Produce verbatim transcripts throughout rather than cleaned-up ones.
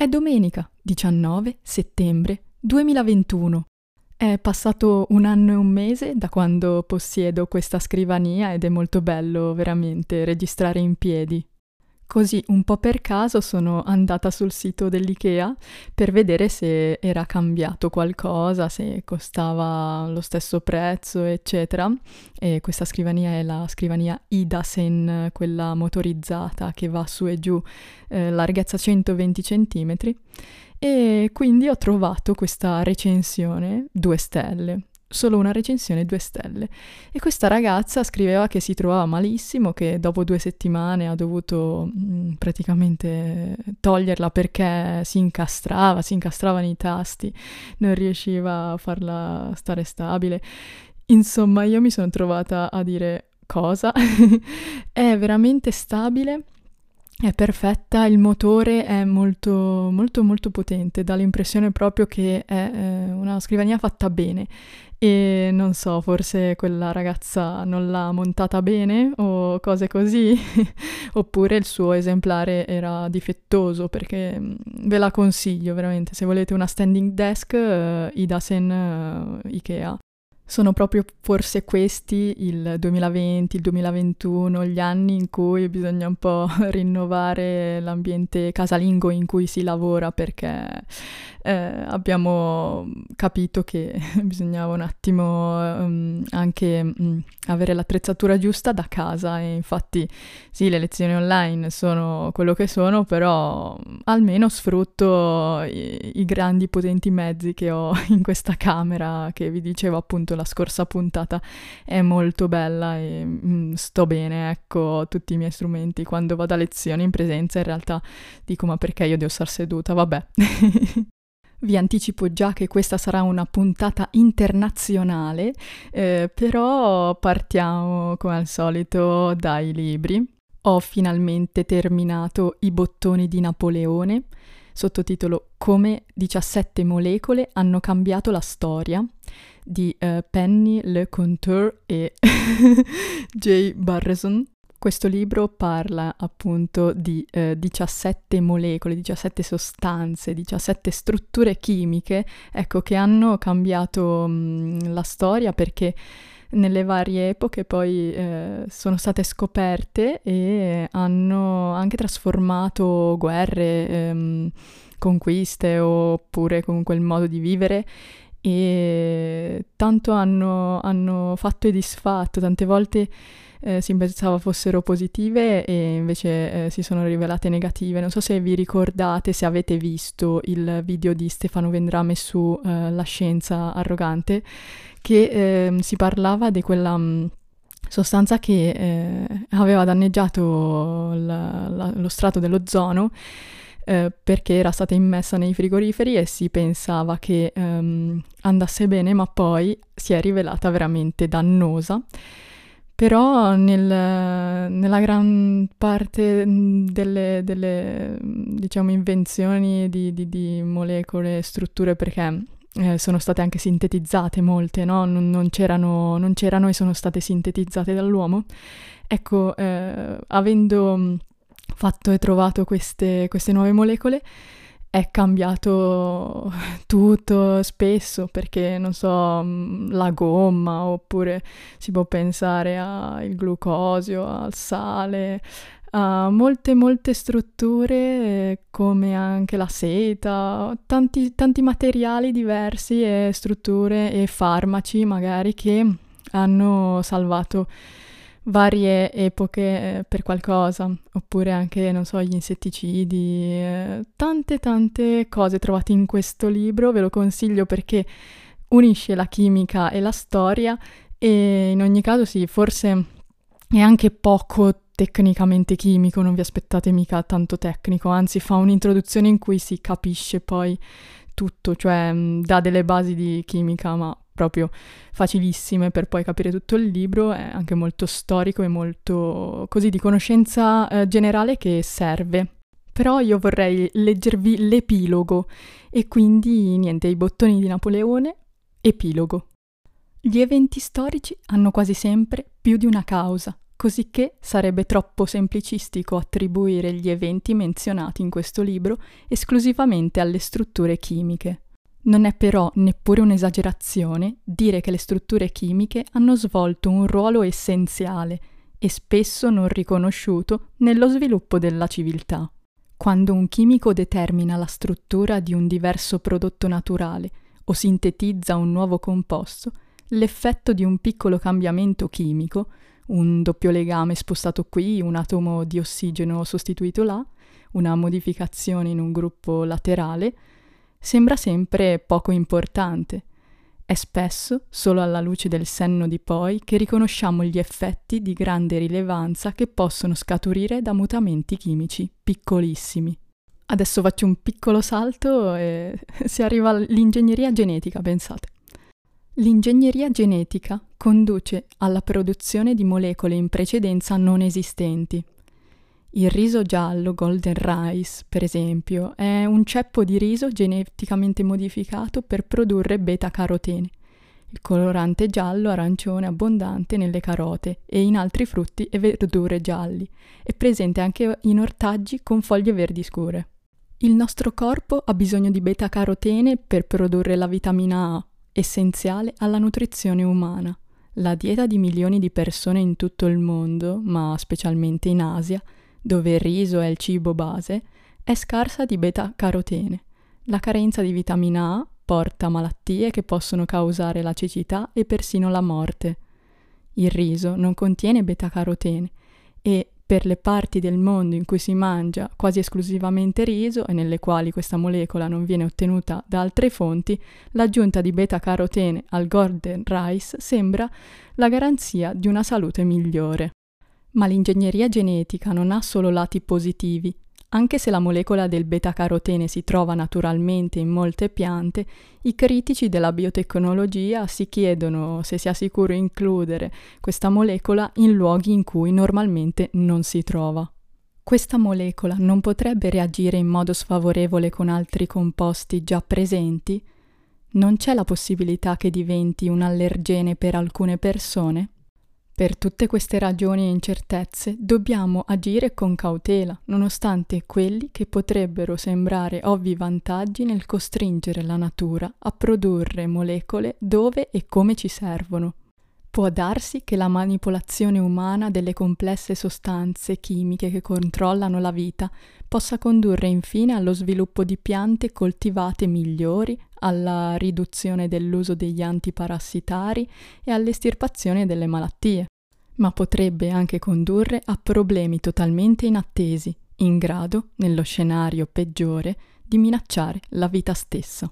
È domenica, diciannove settembre duemilaventuno. È passato un anno e un mese da quando possiedo questa scrivania ed è molto bello veramente registrare in piedi. Così, un po' per caso, sono andata sul sito dell'IKEA per vedere se era cambiato qualcosa, se costava lo stesso prezzo, eccetera. E questa scrivania è la scrivania Idasen, quella motorizzata che va su e giù, eh, larghezza centoventi centimetri. E quindi ho trovato questa recensione, due stelle. Solo una recensione, due stelle. E questa ragazza scriveva che si trovava malissimo, che dopo due settimane ha dovuto mh, praticamente toglierla perché si incastrava, si incastrava nei tasti, non riusciva a farla stare stabile. Insomma, io mi sono trovata a dire: cosa? È veramente stabile, è perfetta, il motore è molto molto molto potente, dà l'impressione proprio che è eh, una scrivania fatta bene. E non so, forse quella ragazza non l'ha montata bene o cose così, oppure il suo esemplare era difettoso, perché mh, ve la consiglio veramente, se volete una standing desk, uh, Idasen uh, IKEA. Sono proprio forse questi, il duemilaventi, il duemilaventuno, gli anni in cui bisogna un po' rinnovare l'ambiente casalingo in cui si lavora, perché eh, abbiamo capito che bisognava un attimo um, anche um, avere l'attrezzatura giusta da casa, e infatti sì, le lezioni online sono quello che sono, però almeno sfrutto i, i grandi potenti mezzi che ho in questa camera, che vi dicevo appunto la scorsa puntata è molto bella e mm, sto bene, ecco, ho tutti i miei strumenti. Quando vado a lezione in presenza in realtà dico: ma perché io devo star seduta? Vabbè. Vi anticipo già che questa sarà una puntata internazionale, eh, però partiamo come al solito dai libri. Ho finalmente terminato I bottoni di Napoleone, sottotitolo Come diciassette molecole hanno cambiato la storia, di uh, Penny LeConteur e Jay Barreson. Questo libro parla appunto di eh, diciassette molecole, diciassette sostanze, diciassette strutture chimiche, ecco, che hanno cambiato mh, la storia, perché nelle varie epoche poi eh, sono state scoperte e hanno anche trasformato guerre, ehm, conquiste, oppure comunque il modo di vivere, e tanto hanno, hanno fatto e disfatto. Tante volte eh, si pensava fossero positive e invece eh, si sono rivelate negative. Non so se vi ricordate, se avete visto il video di Stefano Vendrame su eh, La scienza arrogante, che eh, si parlava di quella mh, sostanza che eh, aveva danneggiato la, la, lo strato dell'ozono, Eh, perché era stata immessa nei frigoriferi e si pensava che ehm, andasse bene, ma poi si è rivelata veramente dannosa. Però nel, nella gran parte delle, delle diciamo, invenzioni di, di, di molecole, strutture, perché eh, sono state anche sintetizzate molte, no? Non, non c'erano, non c'erano e sono state sintetizzate dall'uomo. Ecco, eh, avendo fatto e trovato queste, queste nuove molecole, è cambiato tutto spesso, perché non so, la gomma, oppure si può pensare al glucosio, al sale, a molte molte strutture, come anche la seta, tanti, tanti materiali diversi e strutture e farmaci magari che hanno salvato varie epoche eh, per qualcosa, oppure anche, non so, gli insetticidi, eh, tante tante cose trovate in questo libro. Ve lo consiglio perché unisce la chimica e la storia, e in ogni caso sì, forse è anche poco tecnicamente chimico, non vi aspettate mica tanto tecnico, anzi fa un'introduzione in cui si capisce poi tutto, cioè mh, dà delle basi di chimica, ma proprio facilissime per poi capire tutto il libro. È anche molto storico e molto così di conoscenza eh, generale, che serve. Però io vorrei leggervi l'epilogo, e quindi niente, I bottoni di Napoleone, epilogo. Gli eventi storici hanno quasi sempre più di una causa, cosicché sarebbe troppo semplicistico attribuire gli eventi menzionati in questo libro esclusivamente alle strutture chimiche. Non è però neppure un'esagerazione dire che le strutture chimiche hanno svolto un ruolo essenziale e spesso non riconosciuto nello sviluppo della civiltà. Quando un chimico determina la struttura di un diverso prodotto naturale o sintetizza un nuovo composto, l'effetto di un piccolo cambiamento chimico, un doppio legame spostato qui, un atomo di ossigeno sostituito là, una modificazione in un gruppo laterale, sembra sempre poco importante. È spesso, solo alla luce del senno di poi, che riconosciamo gli effetti di grande rilevanza che possono scaturire da mutamenti chimici piccolissimi. Adesso faccio un piccolo salto e si arriva all'ingegneria genetica, pensate. L'ingegneria genetica conduce alla produzione di molecole in precedenza non esistenti. Il riso giallo, golden rice, per esempio, è un ceppo di riso geneticamente modificato per produrre beta-carotene, il colorante giallo arancione abbondante nelle carote e in altri frutti e verdure gialli, è presente anche in ortaggi con foglie verdi scure. Il nostro corpo ha bisogno di beta-carotene per produrre la vitamina A, essenziale alla nutrizione umana. La dieta di milioni di persone in tutto il mondo, ma specialmente in Asia, dove il riso è il cibo base, è scarsa di beta-carotene. La carenza di vitamina A porta a malattie che possono causare la cecità e persino la morte. Il riso non contiene beta-carotene e per le parti del mondo in cui si mangia quasi esclusivamente riso e nelle quali questa molecola non viene ottenuta da altre fonti, l'aggiunta di beta-carotene al golden rice sembra la garanzia di una salute migliore. Ma l'ingegneria genetica non ha solo lati positivi. Anche se la molecola del beta-carotene si trova naturalmente in molte piante, i critici della biotecnologia si chiedono se sia sicuro includere questa molecola in luoghi in cui normalmente non si trova. Questa molecola non potrebbe reagire in modo sfavorevole con altri composti già presenti? Non c'è la possibilità che diventi un allergene per alcune persone? Per tutte queste ragioni e incertezze dobbiamo agire con cautela, nonostante quelli che potrebbero sembrare ovvi vantaggi nel costringere la natura a produrre molecole dove e come ci servono. Può darsi che la manipolazione umana delle complesse sostanze chimiche che controllano la vita possa condurre infine allo sviluppo di piante coltivate migliori, alla riduzione dell'uso degli antiparassitari e all'estirpazione delle malattie, ma potrebbe anche condurre a problemi totalmente inattesi, in grado, nello scenario peggiore, di minacciare la vita stessa.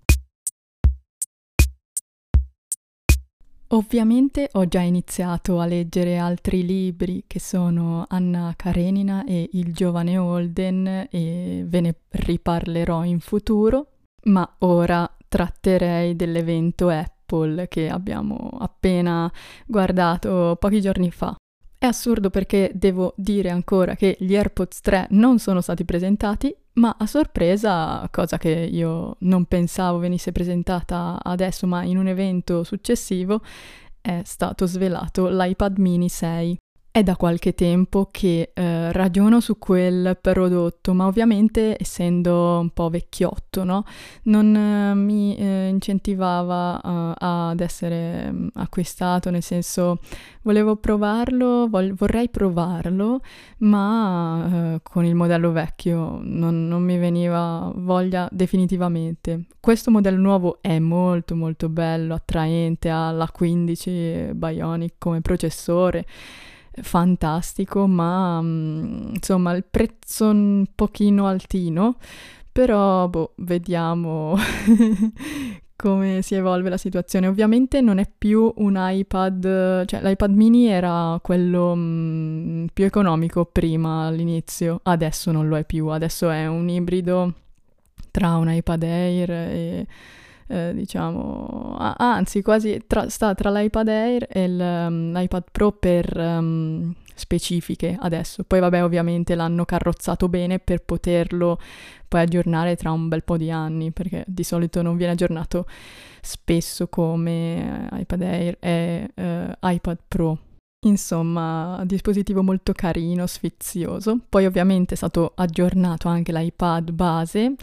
Ovviamente ho già iniziato a leggere altri libri che sono Anna Karenina e Il giovane Holden e ve ne riparlerò in futuro, ma ora tratterei dell'evento Apple che abbiamo appena guardato pochi giorni fa. È assurdo perché devo dire ancora che gli AirPods tre non sono stati presentati, ma a sorpresa, cosa che io non pensavo venisse presentata adesso, ma in un evento successivo, è stato svelato l'iPad mini sei. È da qualche tempo che eh, ragiono su quel prodotto, ma ovviamente essendo un po' vecchiotto, no? Non eh, mi eh, incentivava uh, ad essere um, acquistato, nel senso volevo provarlo, vol- vorrei provarlo, ma uh, con il modello vecchio non, non mi veniva voglia definitivamente. Questo modello nuovo è molto molto bello, attraente, ha l'A quindici Bionic come processore, fantastico, ma um, insomma il prezzo un pochino altino, però boh, vediamo come si evolve la situazione. Ovviamente non è più un iPad, cioè l'iPad mini era quello um, più economico prima all'inizio, adesso non lo è più, adesso è un ibrido tra un iPad Air e Eh, diciamo, ah, anzi quasi tra, sta tra l'iPad Air e il, um, l'iPad Pro per um, specifiche adesso. Poi vabbè, ovviamente l'hanno carrozzato bene per poterlo poi aggiornare tra un bel po' di anni, perché di solito non viene aggiornato spesso come iPad Air e uh, iPad Pro. Insomma, dispositivo molto carino, sfizioso. Poi ovviamente è stato aggiornato anche l'iPad base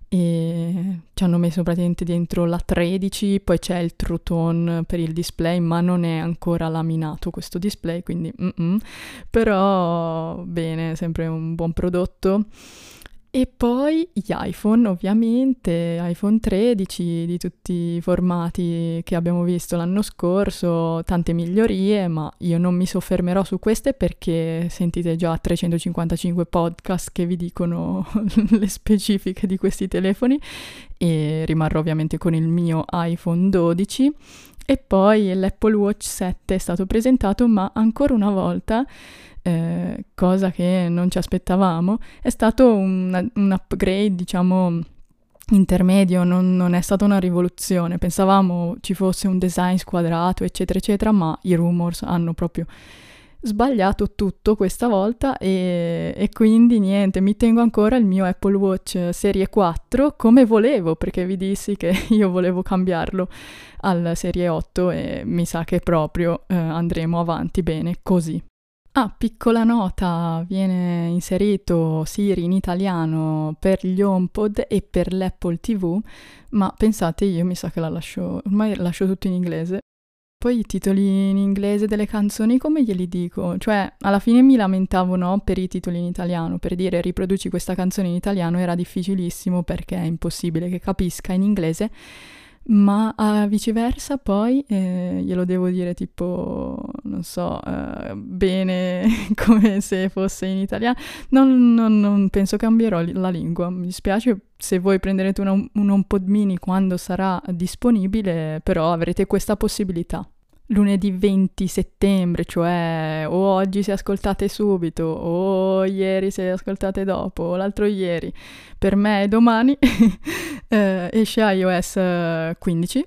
e ci hanno messo praticamente dentro la tredici, poi c'è il True Tone per il display, ma non è ancora laminato questo display, quindi mm-mm. Però bene, sempre un buon prodotto. E poi gli iPhone, ovviamente, iPhone tredici di tutti i formati che abbiamo visto l'anno scorso, tante migliorie, ma io non mi soffermerò su queste perché sentite già trecentocinquantacinque podcast che vi dicono le specifiche di questi telefoni e rimarrò ovviamente con il mio iPhone dodici. E poi l'Apple Watch sette è stato presentato, ma ancora una volta, eh, cosa che non ci aspettavamo, è stato un, un upgrade, diciamo, intermedio, non, non è stata una rivoluzione. Pensavamo ci fosse un design squadrato, eccetera, eccetera, ma i rumors hanno proprio sbagliato tutto questa volta e, e quindi niente, mi tengo ancora il mio Apple Watch Serie quattro come volevo, perché vi dissi che io volevo cambiarlo al Serie otto e mi sa che proprio eh, andremo avanti bene così. Ah, piccola nota, viene inserito Siri in italiano per gli HomePod e per l'Apple ti vu, ma pensate, io mi sa che la lascio, ormai lascio tutto in inglese. Poi i titoli in inglese delle canzoni come glieli dico? Cioè, alla fine mi lamentavo, no, per i titoli in italiano, per dire riproduci questa canzone in italiano era difficilissimo perché è impossibile che capisca in inglese, ma uh, viceversa poi eh, glielo devo dire tipo, non so, uh, bene come se fosse in italiano. Non, non, non penso cambierò li- la lingua, mi dispiace se voi prenderete una, un HomePod mini quando sarà disponibile, però avrete questa possibilità. Lunedì venti settembre, cioè o oggi se ascoltate subito, o ieri se ascoltate dopo, o l'altro ieri, per me è domani, eh, esce iOS quindici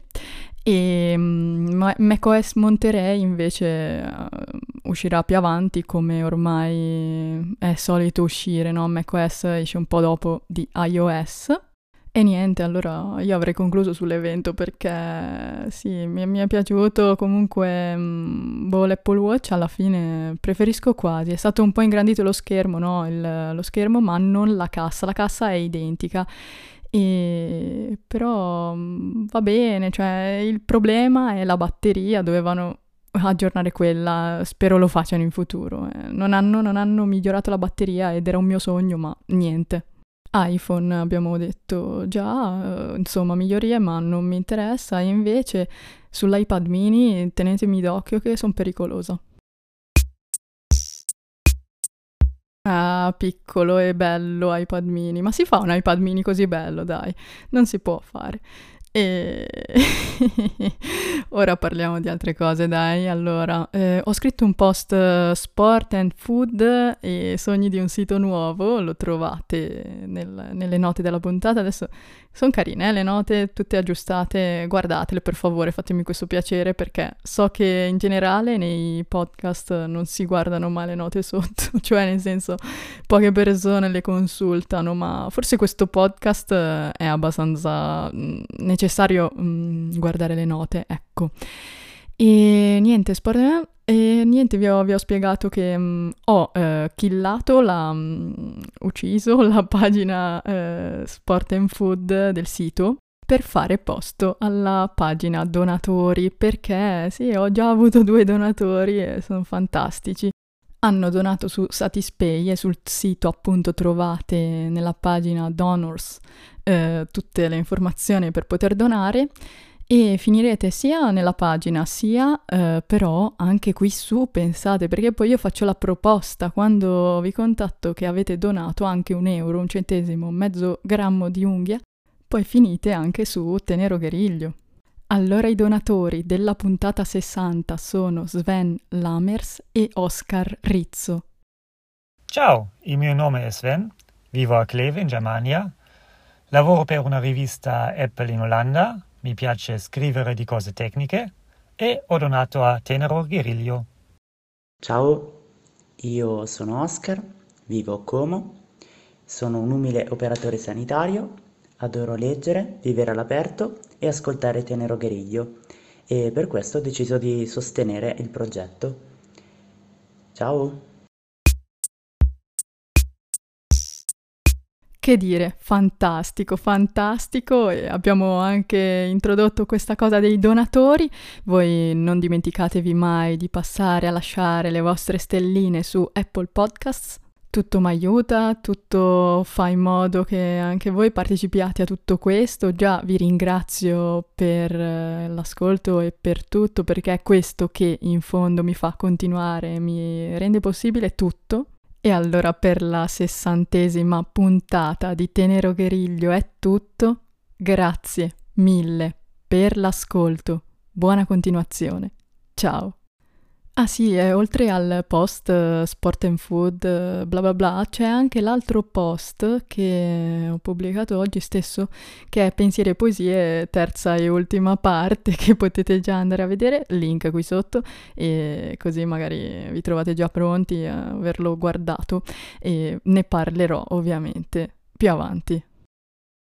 e um, macOS Monterey invece uh, uscirà più avanti come ormai è solito uscire, no? macOS esce un po' dopo di iOS. E niente, allora io avrei concluso sull'evento perché sì, mi, mi è piaciuto comunque, mh, boh, l'Apple Watch alla fine preferisco quasi, è stato un po' ingrandito lo schermo, no? Il, lo schermo, ma non la cassa, la cassa è identica, e, però mh, va bene, cioè il problema è la batteria, dovevano aggiornare quella, spero lo facciano in futuro, eh. non, hanno, non hanno migliorato la batteria ed era un mio sogno, ma niente. iPhone abbiamo detto già, eh, insomma migliorie, ma non mi interessa, e invece sull'iPad mini tenetemi d'occhio che sono pericolosa. Ah, piccolo e bello iPad mini, ma si fa un iPad mini così bello, dai, non si può fare. E ora parliamo di altre cose, dai. Allora, eh, ho scritto un post uh, sport and food e sogni di un sito nuovo, lo trovate nel, nelle note della puntata. Adesso sono carine, eh, le note tutte aggiustate, guardatele per favore, fatemi questo piacere perché so che in generale nei podcast non si guardano mai le note sotto, cioè nel senso poche persone le consultano, ma forse questo podcast eh, è abbastanza mh, necessario mh, guardare le note, ecco. E niente, sport e niente, vi ho, vi ho spiegato che mh, ho eh, killato, la, mh, ucciso la pagina eh, Sport and Food del sito per fare posto alla pagina donatori, perché sì, ho già avuto due donatori e sono fantastici. Hanno donato su Satispay e sul sito appunto trovate nella pagina Donors eh, tutte le informazioni per poter donare e finirete sia nella pagina sia eh, però anche qui su, pensate, perché poi io faccio la proposta quando vi contatto che avete donato anche un euro, un centesimo, mezzo grammo di unghia, poi finite anche su Tenero Gueriglio. Allora i donatori della puntata sessanta sono Sven Lamers e Oscar Rizzo. Ciao, il mio nome è Sven, vivo a Kleve in Germania, lavoro per una rivista Apple in Olanda, mi piace scrivere di cose tecniche e ho donato a Tenero Gueriglio. Ciao, io sono Oscar, vivo a Como, sono un umile operatore sanitario, adoro leggere, vivere all'aperto e ascoltare Tenero Gueriglio e per questo ho deciso di sostenere il progetto. Ciao! Che dire, fantastico, fantastico, e abbiamo anche introdotto questa cosa dei donatori. Voi non dimenticatevi mai di passare a lasciare le vostre stelline su Apple Podcasts. Tutto mi aiuta, tutto fa in modo che anche voi partecipiate a tutto questo. Già vi ringrazio per eh, l'ascolto e per tutto, perché è questo che in fondo mi fa continuare, mi rende possibile tutto. E allora per la sessantesima puntata di Tenero Gueriglio è tutto. Grazie mille per l'ascolto. Buona continuazione. Ciao. Ah sì, e oltre al post eh, Sport and Food, eh, bla bla bla, c'è anche l'altro post che ho pubblicato oggi stesso, che è Pensieri e Poesie, terza e ultima parte, che potete già andare a vedere, link qui sotto, e così magari vi trovate già pronti a averlo guardato, e ne parlerò ovviamente più avanti.